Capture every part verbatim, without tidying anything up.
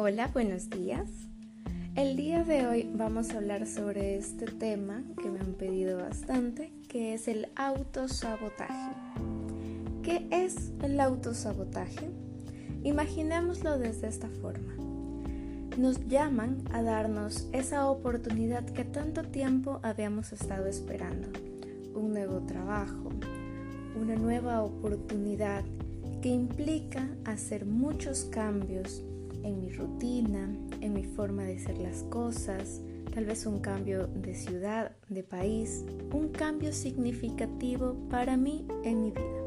Hola, buenos días. El día de hoy vamos a hablar sobre este tema que me han pedido bastante, que es el autosabotaje. ¿Qué es el autosabotaje? Imaginémoslo desde esta forma. Nos llaman a darnos esa oportunidad que tanto tiempo habíamos estado esperando. Un nuevo trabajo, una nueva oportunidad que implica hacer muchos cambios en mi rutina, en mi forma de hacer las cosas, tal vez un cambio de ciudad, de país, un cambio significativo para mí en mi vida.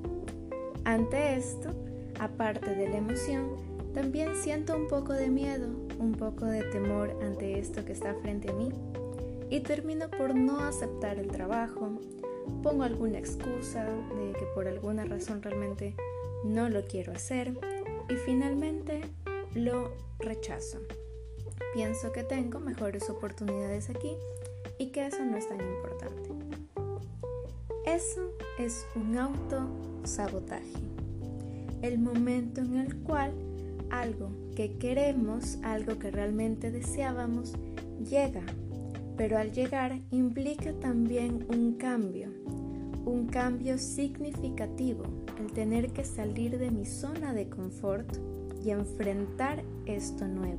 Ante esto, aparte de la emoción, también siento un poco de miedo, un poco de temor ante esto que está frente a mí y termino por no aceptar el trabajo, pongo alguna excusa de que por alguna razón realmente no lo quiero hacer y finalmente lo rechazo. Pienso que tengo mejores oportunidades aquí y que eso no es tan importante. Eso es un autosabotaje. El momento en el cual algo que queremos, algo que realmente deseábamos, llega, pero al llegar implica también un cambio, un cambio significativo, el tener que salir de mi zona de confort y enfrentar esto nuevo.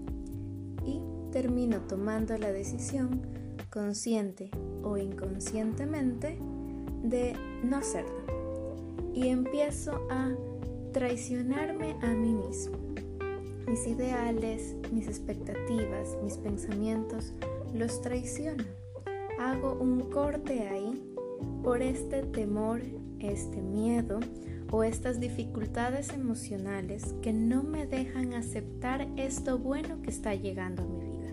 Y termino tomando la decisión, consciente o inconscientemente, de no hacerlo. Y empiezo a traicionarme a mí mismo. Mis ideales, mis expectativas, mis pensamientos, los traiciono. Hago un corte ahí por este temor, este miedo o estas dificultades emocionales que no me dejan aceptar esto bueno que está llegando a mi vida.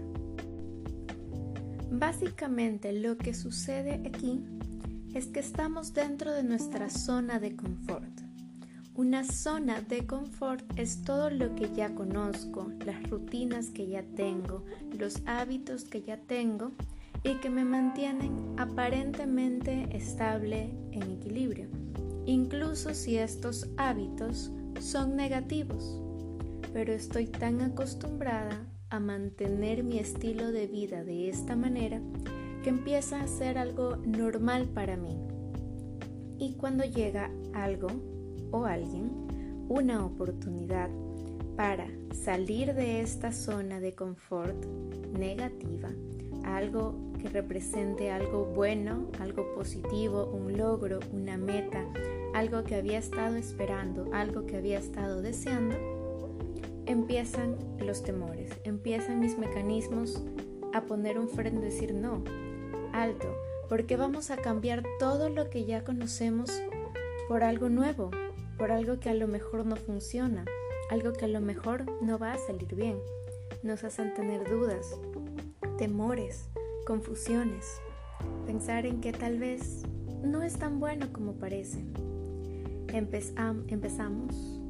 Básicamente lo que sucede aquí es que estamos dentro de nuestra zona de confort. Una zona de confort es todo lo que ya conozco, las rutinas que ya tengo, los hábitos que ya tengo y que me mantienen aparentemente estable en equilibrio, incluso si estos hábitos son negativos. Pero estoy tan acostumbrada a mantener mi estilo de vida de esta manera que empieza a ser algo normal para mí. Y cuando llega algo o alguien, una oportunidad para salir de esta zona de confort negativa, algo que represente algo bueno, algo positivo, un logro, una meta, algo que había estado esperando, algo que había estado deseando, empiezan los temores, empiezan mis mecanismos a poner un freno y decir no, alto, porque vamos a cambiar todo lo que ya conocemos por algo nuevo, por algo que a lo mejor no funciona, algo que a lo mejor no va a salir bien. Nos hacen tener dudas, temores, confusiones, pensar en que tal vez no es tan bueno como parece. Empezam- empezamos,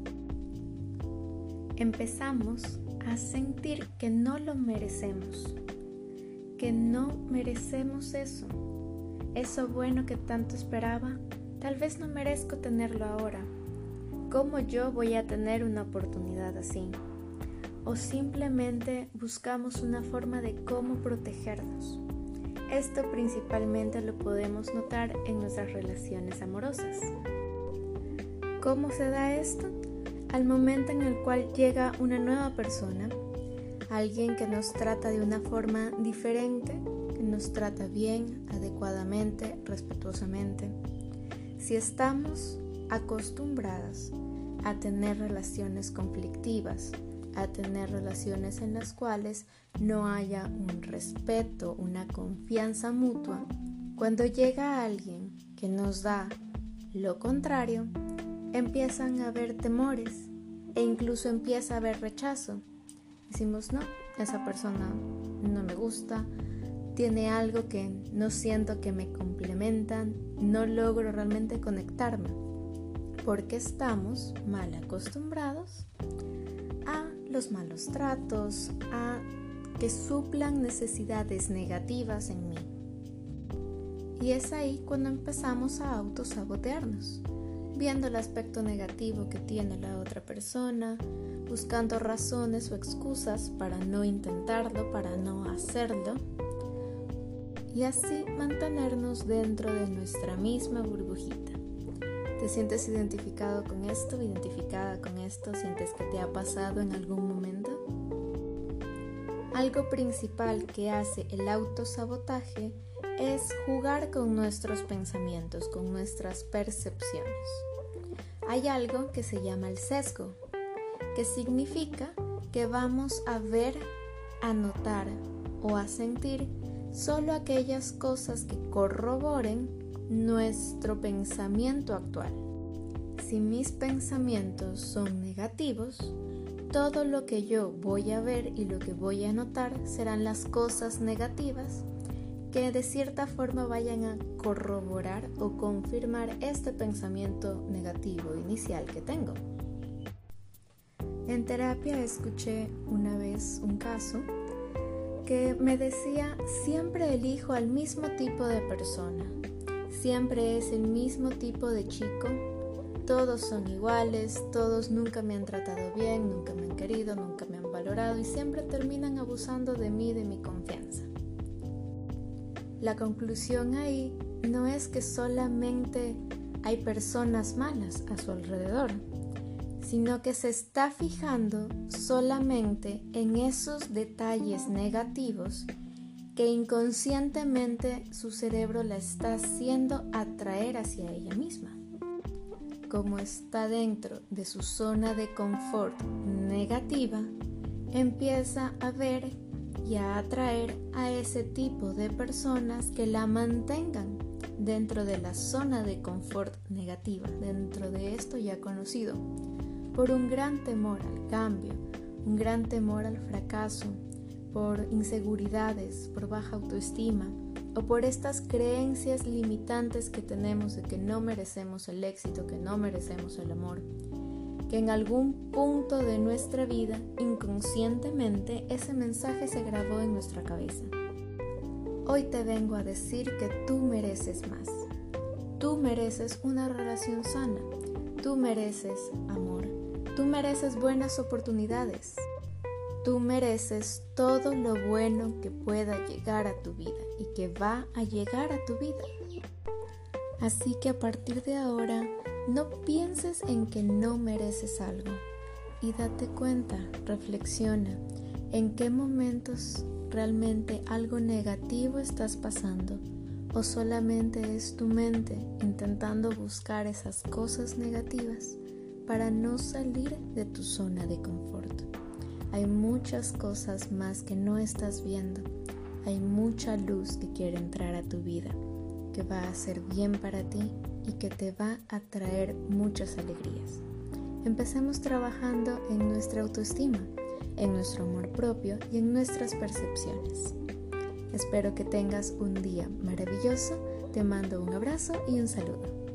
empezamos a sentir que no lo merecemos, que no merecemos eso, eso bueno que tanto esperaba, tal vez no merezco tenerlo ahora. ¿Cómo yo voy a tener una oportunidad así? O simplemente buscamos una forma de cómo protegernos. Esto principalmente lo podemos notar en nuestras relaciones amorosas. ¿Cómo se da esto? Al momento en el cual llega una nueva persona, alguien que nos trata de una forma diferente, que nos trata bien, adecuadamente, respetuosamente. Si estamos acostumbradas a tener relaciones conflictivas, a tener relaciones en las cuales no haya un respeto, una confianza mutua, cuando llega alguien que nos da lo contrario, empiezan a haber temores e incluso empieza a haber rechazo. Decimos, no, esa persona no me gusta, tiene algo que no siento que me complementan, no logro realmente conectarme, porque estamos mal acostumbrados a los malos tratos, a que suplan necesidades negativas en mí. Y es ahí cuando empezamos a autosabotearnos. viendo el aspecto negativo que tiene la otra persona, buscando razones o excusas para no intentarlo, para no hacerlo, y así mantenernos dentro de nuestra misma burbujita. ¿Te sientes identificado con esto, identificada con esto? ¿Sientes que te ha pasado en algún momento? Algo principal que hace el autosabotaje es jugar con nuestros pensamientos, con nuestras percepciones. Hay algo que se llama el sesgo, que significa que vamos a ver, a notar o a sentir solo aquellas cosas que corroboren nuestro pensamiento actual. Si mis pensamientos son negativos, todo lo que yo voy a ver y lo que voy a notar serán las cosas negativas que de cierta forma vayan a corroborar o confirmar este pensamiento negativo inicial que tengo. En terapia escuché una vez un caso que me decía: siempre elijo al mismo tipo de persona, siempre es el mismo tipo de chico, todos son iguales, todos nunca me han tratado bien, nunca me han querido, nunca me han valorado y siempre terminan abusando de mí, de mi confianza. La conclusión ahí no es que solamente hay personas malas a su alrededor, sino que se está fijando solamente en esos detalles negativos que inconscientemente su cerebro la está haciendo atraer hacia ella misma. Como está dentro de su zona de confort negativa, empieza a ver y a atraer a ese tipo de personas que la mantengan dentro de la zona de confort negativa, dentro de esto ya conocido, por un gran temor al cambio, un gran temor al fracaso, por inseguridades, por baja autoestima o por estas creencias limitantes que tenemos de que no merecemos el éxito, que no merecemos el amor, que en algún punto de nuestra vida inconscientemente ese mensaje se grabó en nuestra cabeza. Hoy te vengo a decir que tú mereces más. Tú mereces una relación sana. Tú mereces amor. Tú mereces buenas oportunidades. Tú mereces todo lo bueno que pueda llegar a tu vida y que va a llegar a tu vida. Así que a partir de ahora, no pienses en que no mereces algo y date cuenta, reflexiona en qué momentos realmente algo negativo estás pasando o solamente es tu mente intentando buscar esas cosas negativas para no salir de tu zona de confort. Hay muchas cosas más que no estás viendo, hay mucha luz que quiere entrar a tu vida, que va a hacer bien para ti y que te va a traer muchas alegrías. Empecemos trabajando en nuestra autoestima, en nuestro amor propio y en nuestras percepciones. Espero que tengas un día maravilloso. Te mando un abrazo y un saludo.